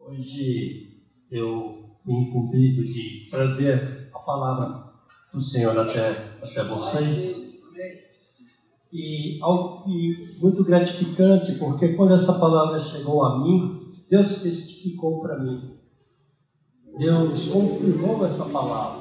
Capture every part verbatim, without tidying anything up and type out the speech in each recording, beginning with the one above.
Hoje eu me incumbido de trazer a palavra do Senhor até, até vocês. E algo que muito gratificante, porque quando essa palavra chegou a mim, Deus testificou para mim. Deus confirmou essa palavra.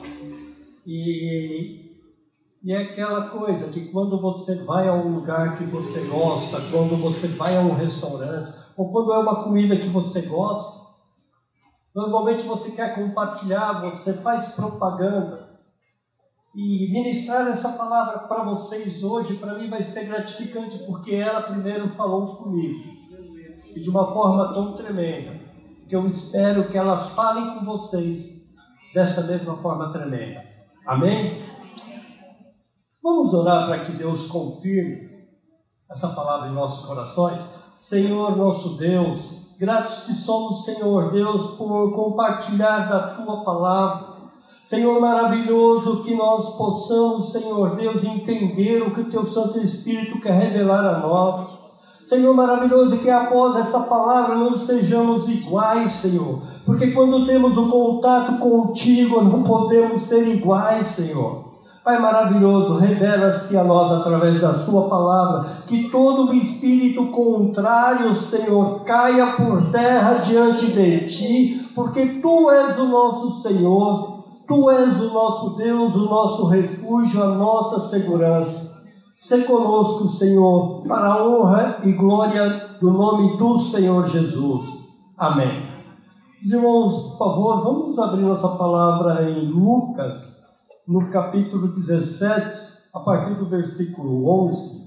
E, e é aquela coisa que quando você vai a um lugar que você gosta, quando você vai a um restaurante, ou quando é uma comida que você gosta, normalmente você quer compartilhar, você faz propaganda. E ministrar essa palavra para vocês hoje, para mim vai ser gratificante, porque ela primeiro falou comigo. E de uma forma tão tremenda, que eu espero que elas falem com vocês dessa mesma forma tremenda. Amém? Vamos orar para que Deus confirme essa palavra em nossos corações. Senhor nosso Deus, gratos te somos, Senhor Deus, por compartilhar da Tua palavra. Senhor maravilhoso, que nós possamos, Senhor Deus, entender o que o Teu Santo Espírito quer revelar a nós. Senhor maravilhoso, que após essa palavra não sejamos iguais, Senhor. Porque quando temos um contato contigo, não podemos ser iguais, Senhor. Pai maravilhoso, revela-se a nós através da Sua palavra, que todo o espírito contrário, Senhor, caia por terra diante de Ti, porque Tu és o nosso Senhor, Tu és o nosso Deus, o nosso refúgio, a nossa segurança. Sê conosco, Senhor, para a honra e glória do nome do Senhor Jesus. Amém. Irmãos, por favor, vamos abrir nossa palavra em Lucas, no capítulo dezessete, a partir do versículo onze.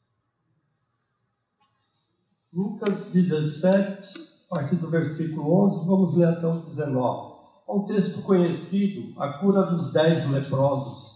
Lucas dezessete, a partir do versículo onze, vamos ler até o dezenove. É um texto conhecido, a cura dos dez leprosos.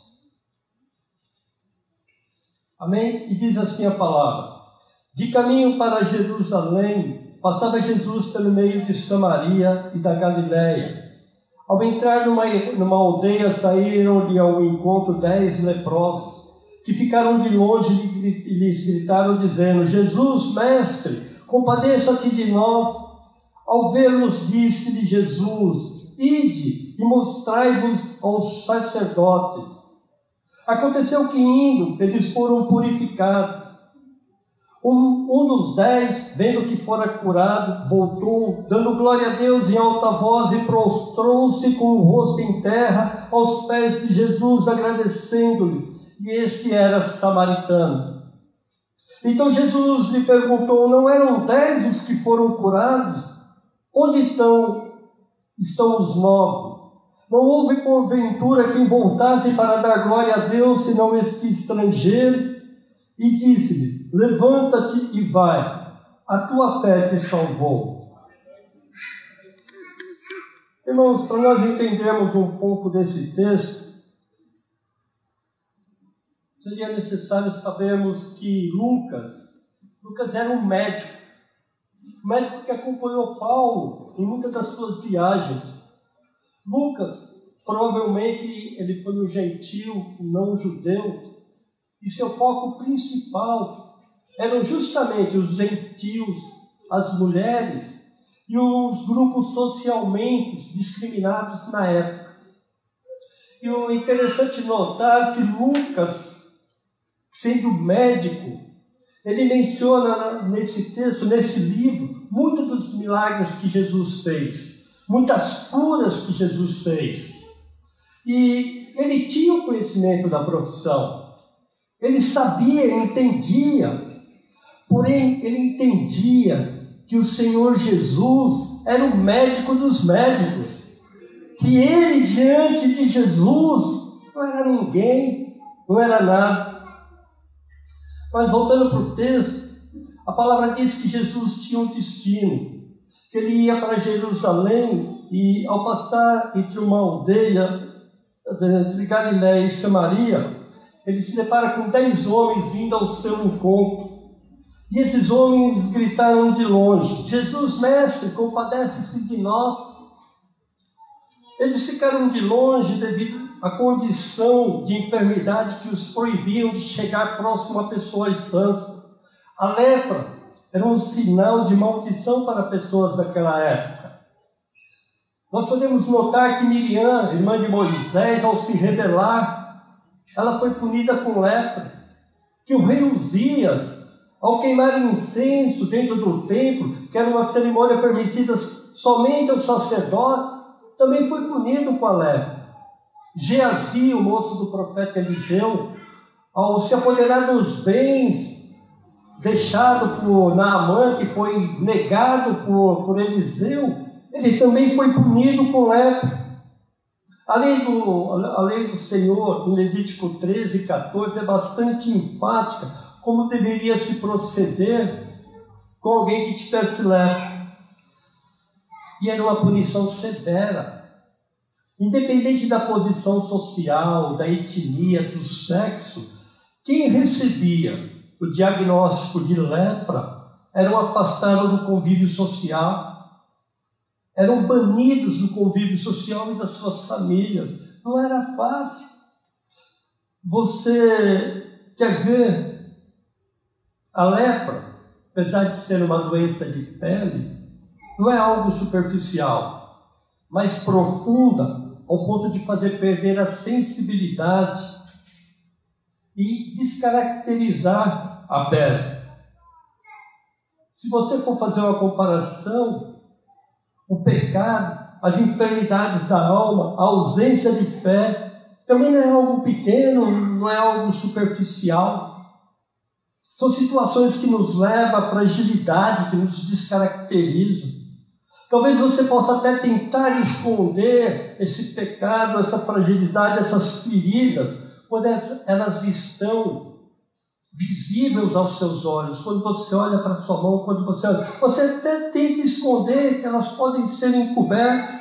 Amém? E diz assim a palavra: de caminho para Jerusalém, passava Jesus pelo meio de Samaria e da Galiléia. Ao entrar numa, numa aldeia, saíram-lhe ao encontro dez leprosos, que ficaram de longe e lhes gritaram, dizendo: Jesus, mestre, compadeça-te de nós. Ao vê-los, disse-lhe Jesus: ide e mostrai-vos aos sacerdotes. Aconteceu que, indo, eles foram purificados. Um, um dos dez, vendo que fora curado, voltou, dando glória a Deus em alta voz, e prostrou-se com o rosto em terra aos pés de Jesus, agradecendo-lhe. E este era samaritano. Então Jesus lhe perguntou: não eram dez os que foram curados? Onde estão, estão os nove? Não houve porventura quem voltasse para dar glória a Deus, senão este estrangeiro? E disse-lhe: levanta-te e vai, a tua fé te salvou. Irmãos, para nós entendermos um pouco desse texto, seria necessário sabermos que Lucas, Lucas era um médico, um médico que acompanhou Paulo em muitas das suas viagens. Lucas, provavelmente, ele foi um gentil, não judeu, e seu foco principal eram justamente os gentios, as mulheres e os grupos socialmente discriminados na época. E o interessante notar que Lucas, sendo médico, ele menciona nesse texto, nesse livro, muitos dos milagres que Jesus fez, muitas curas que Jesus fez. E ele tinha o conhecimento da profissão. Ele sabia, ele entendia. Porém, ele entendia que o Senhor Jesus era o médico dos médicos. Que ele, diante de Jesus, não era ninguém, não era nada. Mas voltando para o texto, a palavra diz que Jesus tinha um destino. Que ele ia para Jerusalém e, ao passar entre uma aldeia entre Galiléia e Samaria, ele se depara com dez homens vindo ao seu encontro. E esses homens gritaram de longe: Jesus, mestre, compadece-se de nós. Eles ficaram de longe devido à condição de enfermidade que os proibiam de chegar próximo a pessoas sãs. A lepra era um sinal de maldição para pessoas daquela época. Nós podemos notar que Miriam, irmã de Moisés, ao se rebelar, ela foi punida com lepra. Que o rei Uzias, ao queimar incenso dentro do templo, que era uma cerimônia permitida somente aos sacerdotes, também foi punido com a lepra. Geazi, o moço do profeta Eliseu, ao se apoderar dos bens deixado por Naamã, que foi negado por, por Eliseu, ele também foi punido com lepra. A lei, do, a lei do Senhor, em Levítico treze e quatorze, é bastante enfática como deveria se proceder com alguém que tivesse lepra. E era uma punição severa. Independente da posição social, da etnia, do sexo, quem recebia o diagnóstico de lepra eram afastados do convívio social, eram banidos do convívio social e das suas famílias. Não era fácil. Você quer ver a lepra, apesar de ser uma doença de pele, não é algo superficial, mas profunda, ao ponto de fazer perder a sensibilidade e descaracterizar a pele. Se você for fazer uma comparação, o pecado, as enfermidades da alma, a ausência de fé, também não é algo pequeno, não é algo superficial. São situações que nos levam à fragilidade, que nos descaracterizam. Talvez você possa até tentar esconder esse pecado, essa fragilidade, essas feridas, quando elas estão visíveis aos seus olhos, quando você olha para a sua mão, quando você olha, você até tenta esconder que elas podem ser encobertas,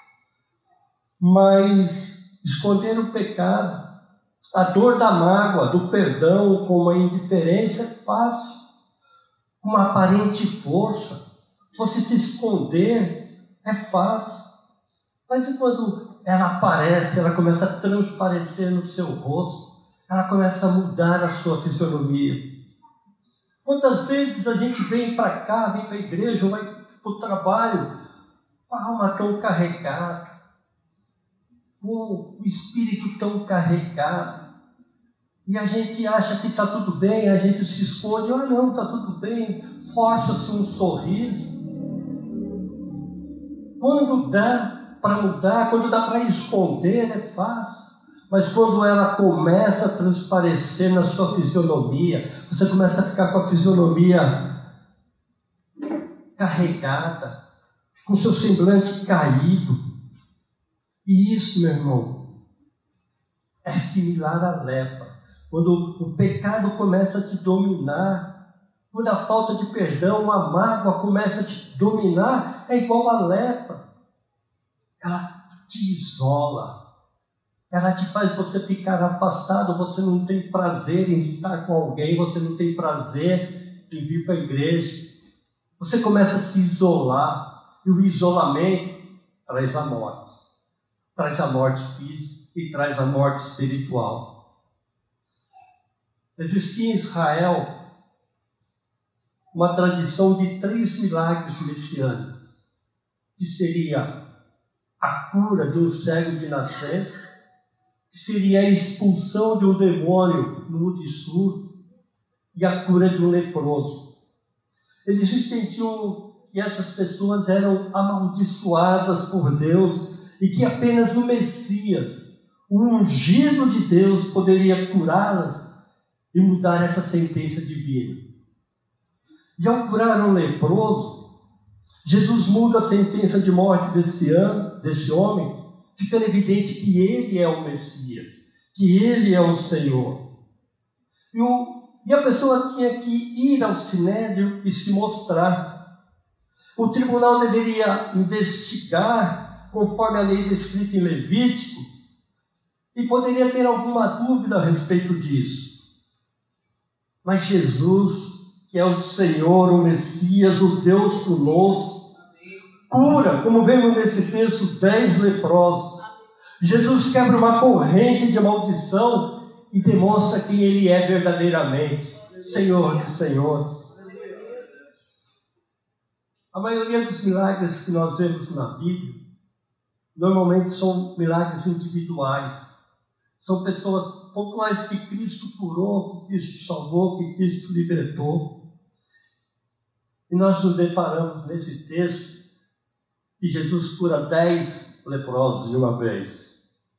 mas esconder o pecado, a dor da mágoa, do perdão com uma indiferença é fácil, uma aparente força. Você se esconder é fácil, mas e quando ela aparece, ela começa a transparecer no seu rosto, ela começa a mudar a sua fisionomia? Quantas vezes a gente vem para cá, vem para a igreja, ou vai para o trabalho, com a alma tão carregada, com o espírito tão carregado, e a gente acha que está tudo bem, a gente se esconde, ah não, está tudo bem, força-se um sorriso. Quando dá para mudar, quando dá para esconder, é fácil. Mas quando ela começa a transparecer na sua fisionomia, você começa a ficar com a fisionomia carregada, com seu semblante caído. E isso, meu irmão, é similar à lepra. Quando o pecado começa a te dominar, quando a falta de perdão, a mágoa começa a te dominar, é igual a lepra. Ela te isola. Ela te faz você ficar afastado, você não tem prazer em estar com alguém, você não tem prazer em vir para a igreja. Você começa a se isolar, e o isolamento traz a morte. Traz a morte física e traz a morte espiritual. Existia em Israel uma tradição de três milagres messiânicos, que seria a cura de um cego de nascença, que seria a expulsão de um demônio mudo e surdo e a cura de um leproso. Eles entendiam que essas pessoas eram amaldiçoadas por Deus e que apenas o Messias, o ungido de Deus, poderia curá-las e mudar essa sentença divina. E ao curar um leproso, Jesus muda a sentença de morte desse, ano, desse homem, ficando evidente que ele é o Messias, que ele é o Senhor. E, o, e a pessoa tinha que ir ao sinédrio e se mostrar. O tribunal deveria investigar, conforme a lei descrita em Levítico, e poderia ter alguma dúvida a respeito disso. Mas Jesus, que é o Senhor, o Messias, o Deus conosco, cura, como vemos nesse texto, dez leprosos. Jesus quebra uma corrente de maldição e demonstra quem Ele é verdadeiramente, Senhor dos Senhores. A maioria dos milagres que nós vemos na Bíblia normalmente são milagres individuais. São pessoas pontuais que Cristo curou, que Cristo salvou, que Cristo libertou. E nós nos deparamos nesse texto que Jesus cura dez leprosos de uma vez.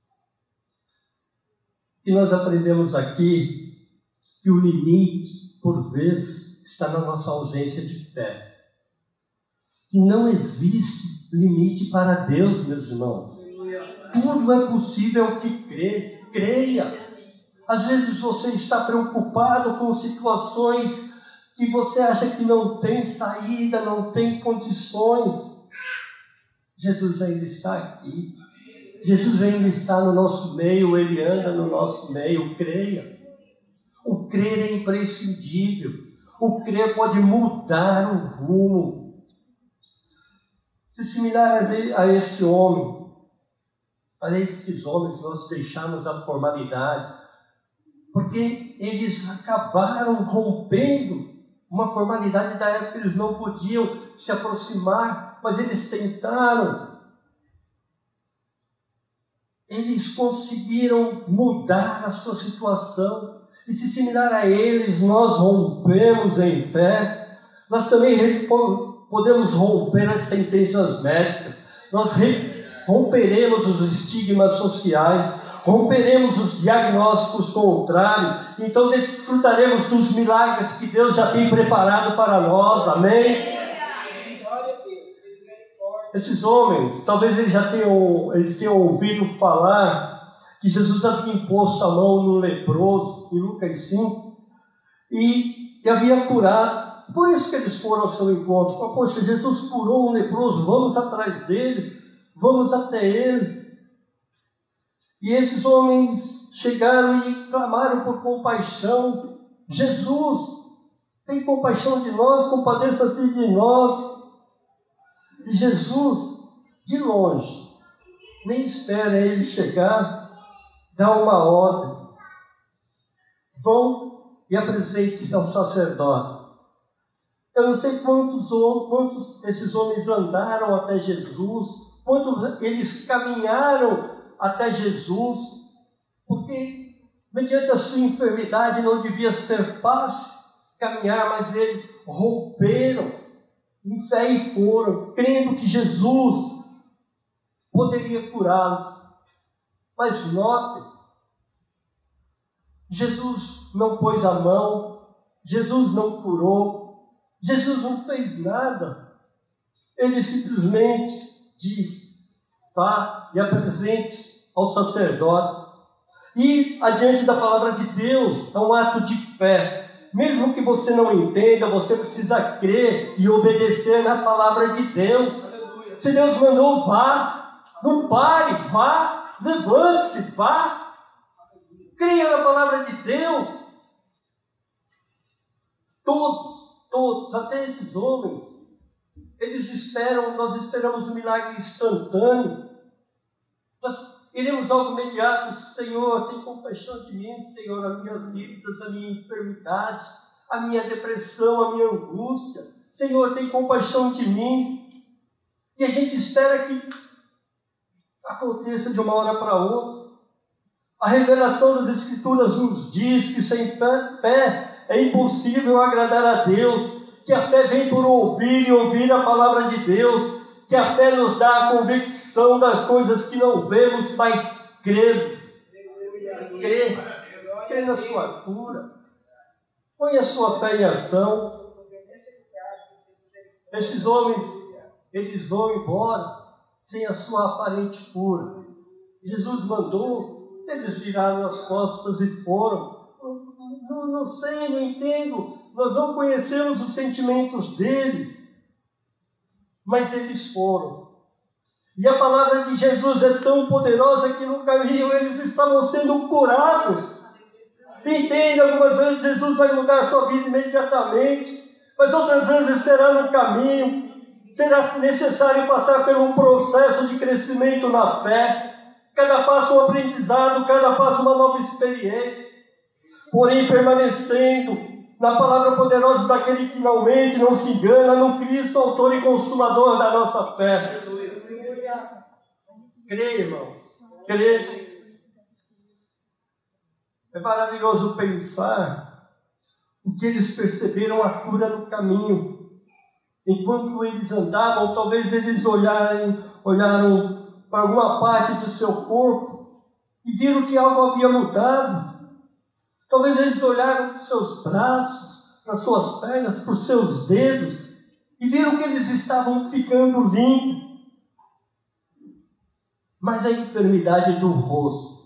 E nós aprendemos aqui que o limite, por vezes, está na nossa ausência de fé. Que não existe limite para Deus, meus irmãos. Tudo é possível que crê, creia. Às vezes você está preocupado com situações que você acha que não tem saída, não tem condições. Jesus ainda está aqui. Jesus ainda está no nosso meio, Ele anda no nosso meio, creia. O crer é imprescindível. O crer pode mudar o rumo. Se similar a este homem, a estes homens nós deixamos a formalidade, porque eles acabaram rompendo uma formalidade da época, eles não podiam se aproximar, mas eles tentaram. Eles conseguiram mudar a sua situação. E se similar a eles, nós rompemos em fé. Nós também podemos romper as sentenças médicas. Nós romperemos os estigmas sociais. Romperemos os diagnósticos contrários. Então desfrutaremos dos milagres que Deus já tem preparado para nós. Amém? Esses homens, talvez eles já tenham, eles tenham ouvido falar que Jesus havia imposto a mão no leproso, em Lucas cinco, e, e havia curado. Por isso que eles foram ao seu encontro. Poxa, Jesus curou um leproso, vamos atrás dele, vamos até ele. E esses homens chegaram e clamaram por compaixão. Jesus, tem compaixão de nós, compadeça-te de nós. E Jesus, de longe, nem espera ele chegar, dá uma ordem. Vão e apresente-se ao sacerdote. Eu não sei quantos, quantos esses homens andaram até Jesus, quantos eles caminharam até Jesus, porque mediante a sua enfermidade não devia ser fácil caminhar, mas eles romperam em fé e foram, crendo que Jesus poderia curá-los. Mas notem, Jesus não pôs a mão, Jesus não curou, Jesus não fez nada. Ele simplesmente diz: vá e apresente-se ao sacerdote. E adiante da palavra de Deus, é um ato de fé. Mesmo que você não entenda, você precisa crer e obedecer na palavra de Deus. Se Deus mandou, vá, não pare, vá, levante-se, vá. Creia na palavra de Deus. Todos, todos, até esses homens, eles esperam, nós esperamos um milagre instantâneo. Nós iremos algo imediato. Senhor, tem compaixão de mim, Senhor, as minhas dívidas, a minha enfermidade, a minha depressão, a minha angústia. Senhor, tem compaixão de mim. E a gente espera que aconteça de uma hora para outra. A revelação das Escrituras nos diz que sem fé é impossível agradar a Deus, que a fé vem por ouvir e ouvir a palavra de Deus, que a fé nos dá a convicção das coisas que não vemos, mas cremos. Crê, crê na sua cura. Põe a sua fé em ação. Esses homens, eles vão embora sem a sua aparente cura. Jesus mandou, eles viraram as costas e foram. Não, não sei, não entendo. Nós não conhecemos os sentimentos deles. Mas eles foram. E a palavra de Jesus é tão poderosa que no caminho eles estavam sendo curados. Entenda, algumas vezes Jesus vai mudar a sua vida imediatamente, mas outras vezes será no caminho. Será necessário passar por um processo de crescimento na fé. Cada passo um aprendizado, cada passo uma nova experiência. Porém, permanecendo na palavra poderosa daquele que não mente, não se engana, no Cristo, autor e consumador da nossa fé. Crê, irmão. Crê. É maravilhoso pensar o que eles perceberam a cura no caminho. Enquanto eles andavam, talvez eles olharem, olharam para alguma parte do seu corpo e viram que algo havia mudado. Talvez eles olharam para os seus braços, para as suas pernas, para os seus dedos e viram que eles estavam ficando limpos. Mas a enfermidade do rosto,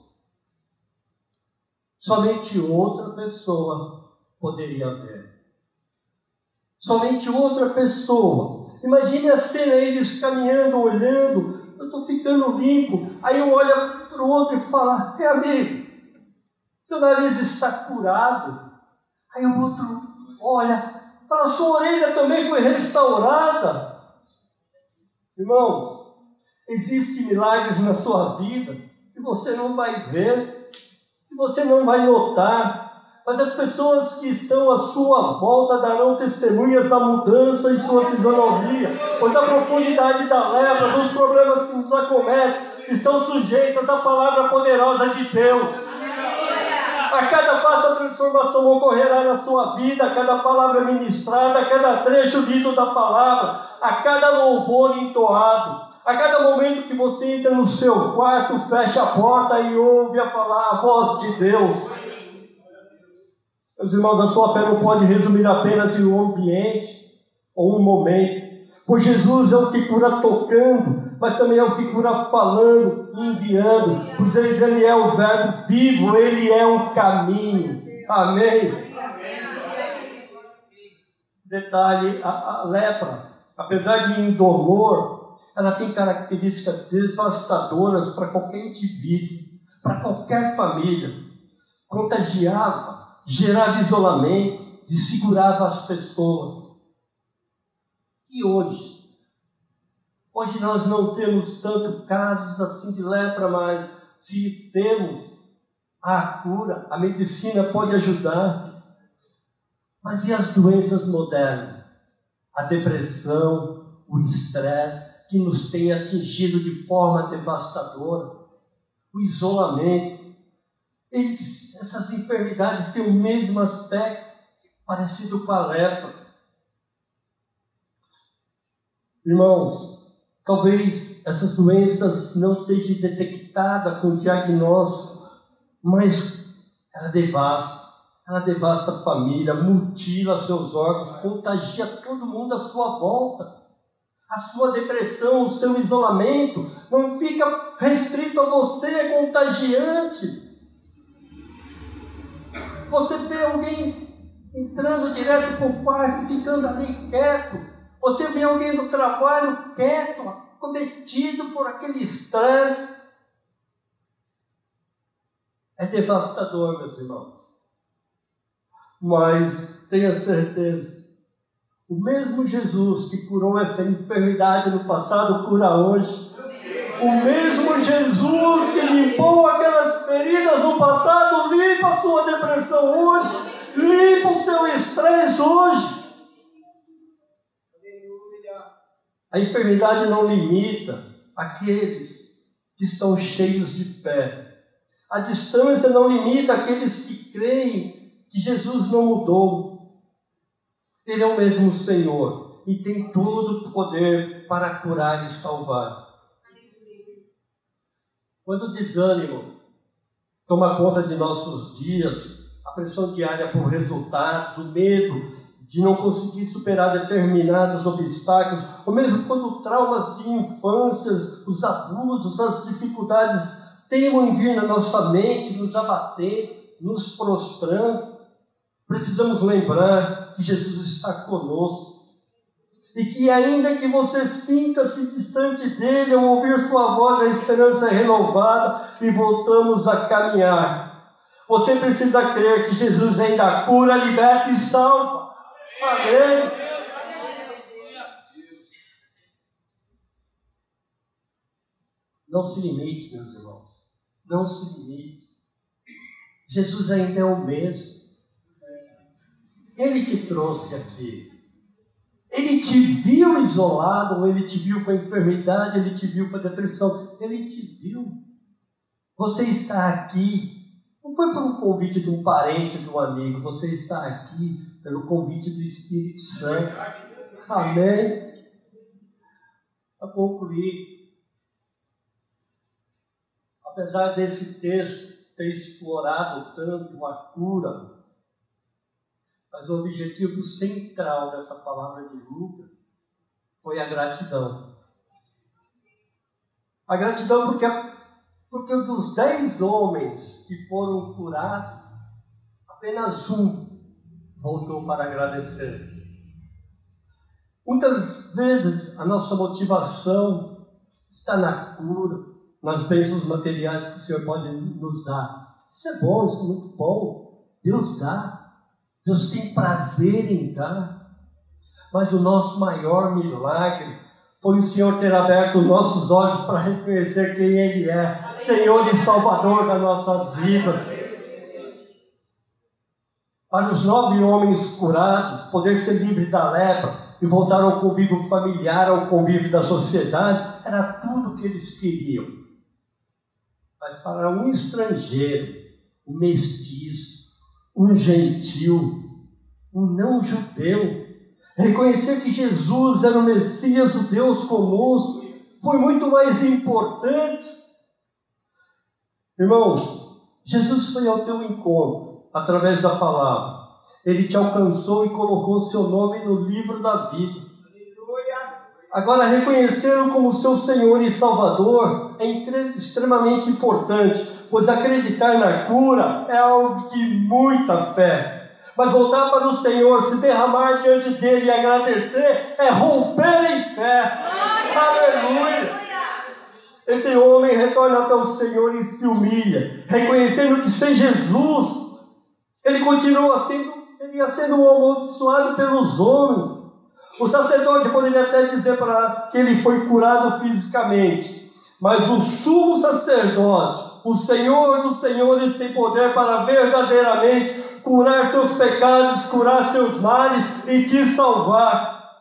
somente outra pessoa poderia ver. Somente outra pessoa. Imagine a cena, eles caminhando, olhando, eu estou ficando limpo. Aí um olha para o outro e fala, meu amigo, seu nariz está curado. Aí o outro olha, fala, sua orelha também foi restaurada. Irmãos, existem milagres na sua vida que você não vai ver, que você não vai notar. Mas as pessoas que estão à sua volta darão testemunhas da mudança em sua fisionomia, pois a profundidade da lepra, dos problemas que nos acometem, estão sujeitas à palavra poderosa de Deus. A cada passo a transformação ocorrerá na sua vida, a cada palavra ministrada, a cada trecho lido da palavra, a cada louvor entoado, a cada momento que você entra no seu quarto, fecha a porta e ouve a palavra, a voz de Deus. Meus irmãos, a sua fé não pode resumir apenas em um ambiente ou um momento. Pois Jesus é o que cura tocando, mas também é o que cura falando e enviando. Pois Ele é o verbo vivo, Ele é o caminho. Amém? Detalhe, a, a lepra, apesar de indolor, ela tem características devastadoras para qualquer indivíduo, para qualquer família. Contagiava, gerava isolamento, desfigurava as pessoas. E hoje? Hoje nós não temos tanto casos assim de lepra, mas se temos a cura, a medicina pode ajudar. Mas e as doenças modernas? A depressão, o estresse, que nos tem atingido de forma devastadora, o isolamento. Eles, essas enfermidades têm o mesmo aspecto, parecido com a lepra. Irmãos, talvez essas doenças não sejam detectadas com diagnóstico, mas ela devasta, ela devasta a família, mutila seus órgãos, contagia todo mundo à sua volta. A sua depressão, o seu isolamento, não fica restrito a você, é contagiante. Você vê alguém entrando direto para o quarto, ficando ali quieto. Você vê alguém no trabalho quieto, acometido por aquele estresse. É devastador, meus irmãos. Mas tenha certeza, o mesmo Jesus que curou essa enfermidade no passado, cura hoje. O mesmo Jesus que limpou aquelas feridas no passado, limpa a sua depressão hoje, limpa o seu estresse hoje. A enfermidade não limita aqueles que estão cheios de fé. A distância não limita aqueles que creem que Jesus não mudou. Ele é o mesmo Senhor e tem todo o poder para curar e salvar. Quando o desânimo toma conta de nossos dias, a pressão diária por resultados, o medo de não conseguir superar determinados obstáculos, ou mesmo quando traumas de infâncias, os abusos, as dificuldades teimam em vir na nossa mente, nos abater, nos prostrando, precisamos lembrar que Jesus está conosco. E que ainda que você sinta-se distante dele, ao ouvir sua voz, a esperança é renovada e voltamos a caminhar. Você precisa crer que Jesus ainda cura, liberta e salva. Amém? Não se limite, meus irmãos. Não se limite. Jesus ainda é o mesmo. Ele te trouxe aqui. Ele te viu isolado, ou ele te viu com a enfermidade, ele te viu com a depressão. Ele te viu. Você está aqui. Não foi por um convite de um parente, de um amigo. Você está aqui pelo convite do Espírito Santo. Amém? Para concluir, apesar desse texto ter explorado tanto a cura, mas o objetivo central dessa palavra de Lucas foi a gratidão. A gratidão porque, porque dos dez homens que foram curados, apenas um voltou para agradecer. Muitas vezes a nossa motivação está na cura, nas bênçãos materiais que o Senhor pode nos dar. Isso é bom, isso é muito bom. Deus dá. Deus tem prazer em dar. Mas o nosso maior milagre foi o Senhor ter aberto os nossos olhos para reconhecer quem Ele é, Senhor e Salvador das nossas vidas. Para os nove homens curados, poder ser livre da lepra e voltar ao convívio familiar, ao convívio da sociedade, era tudo o que eles queriam. Mas para um estrangeiro, um mestiço, um gentil, um não-judeu, reconhecer que Jesus era o Messias, o Deus conosco, foi muito mais importante. Irmãos, Jesus foi ao teu encontro, através da palavra. Ele te alcançou e colocou seu nome no livro da vida. Agora, reconhecê-lo como seu Senhor e Salvador é extremamente importante, pois acreditar na cura é algo de muita fé. Mas voltar para o Senhor, se derramar diante dele e agradecer, é romper em fé. Aleluia! Esse homem retorna até o Senhor e se humilha, reconhecendo que sem Jesus, ele continua sendo, seria sendo amaldiçoado pelos homens. O sacerdote poderia até dizer para que ele foi curado fisicamente, mas o sumo sacerdote, o Senhor dos senhores, tem poder para verdadeiramente curar seus pecados, curar seus males e te salvar.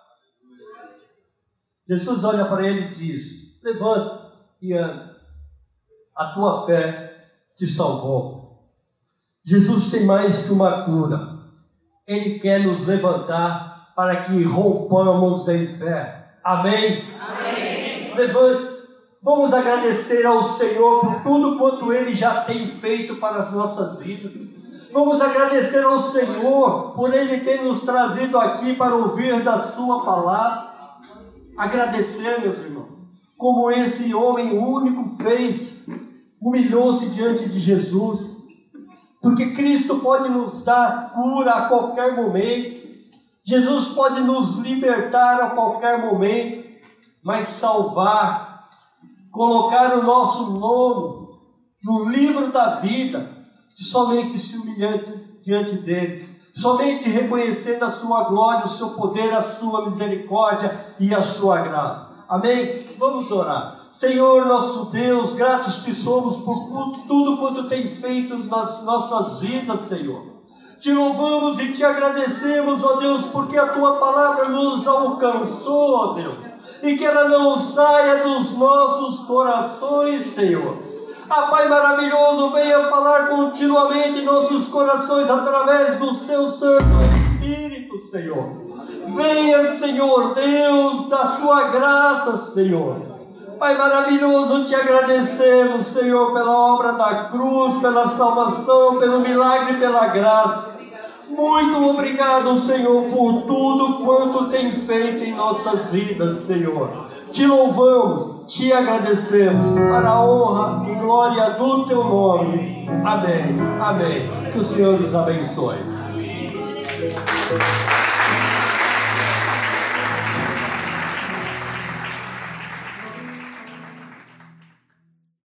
Jesus olha para ele e diz: levanta e anda, a tua fé te salvou. Jesus tem mais que uma cura, Ele quer nos levantar para que rompamos em fé. Amém? Amém. Levante-se. Vamos agradecer ao Senhor por tudo quanto Ele já tem feito para as nossas vidas. Vamos agradecer ao Senhor por Ele ter nos trazido aqui para ouvir da sua palavra. Agradecer, meus irmãos, como esse homem único fez, humilhou-se diante de Jesus. Porque Cristo pode nos dar cura a qualquer momento. Jesus pode nos libertar a qualquer momento, mas salvar, colocar o nosso nome no livro da vida, somente se humilhando diante dele, somente reconhecendo a sua glória, o seu poder, a sua misericórdia e a sua graça. Amém? Vamos orar. Senhor nosso Deus, gratos que somos por tudo quanto tem feito nas nossas vidas, Senhor. Te louvamos e te agradecemos, ó Deus, porque a Tua palavra nos alcançou, ó Deus, e que ela não saia dos nossos corações, Senhor. Ah, Pai maravilhoso, venha falar continuamente em nossos corações através do Teu Santo Espírito, Senhor. Venha, Senhor Deus, da Sua graça, Senhor. Pai maravilhoso, te agradecemos, Senhor, pela obra da cruz, pela salvação, pelo milagre, pela graça. Muito obrigado, Senhor, por tudo quanto tem feito em nossas vidas, Senhor. Te louvamos, te agradecemos, para a honra e glória do Teu nome. Amém, amém. Que o Senhor nos abençoe.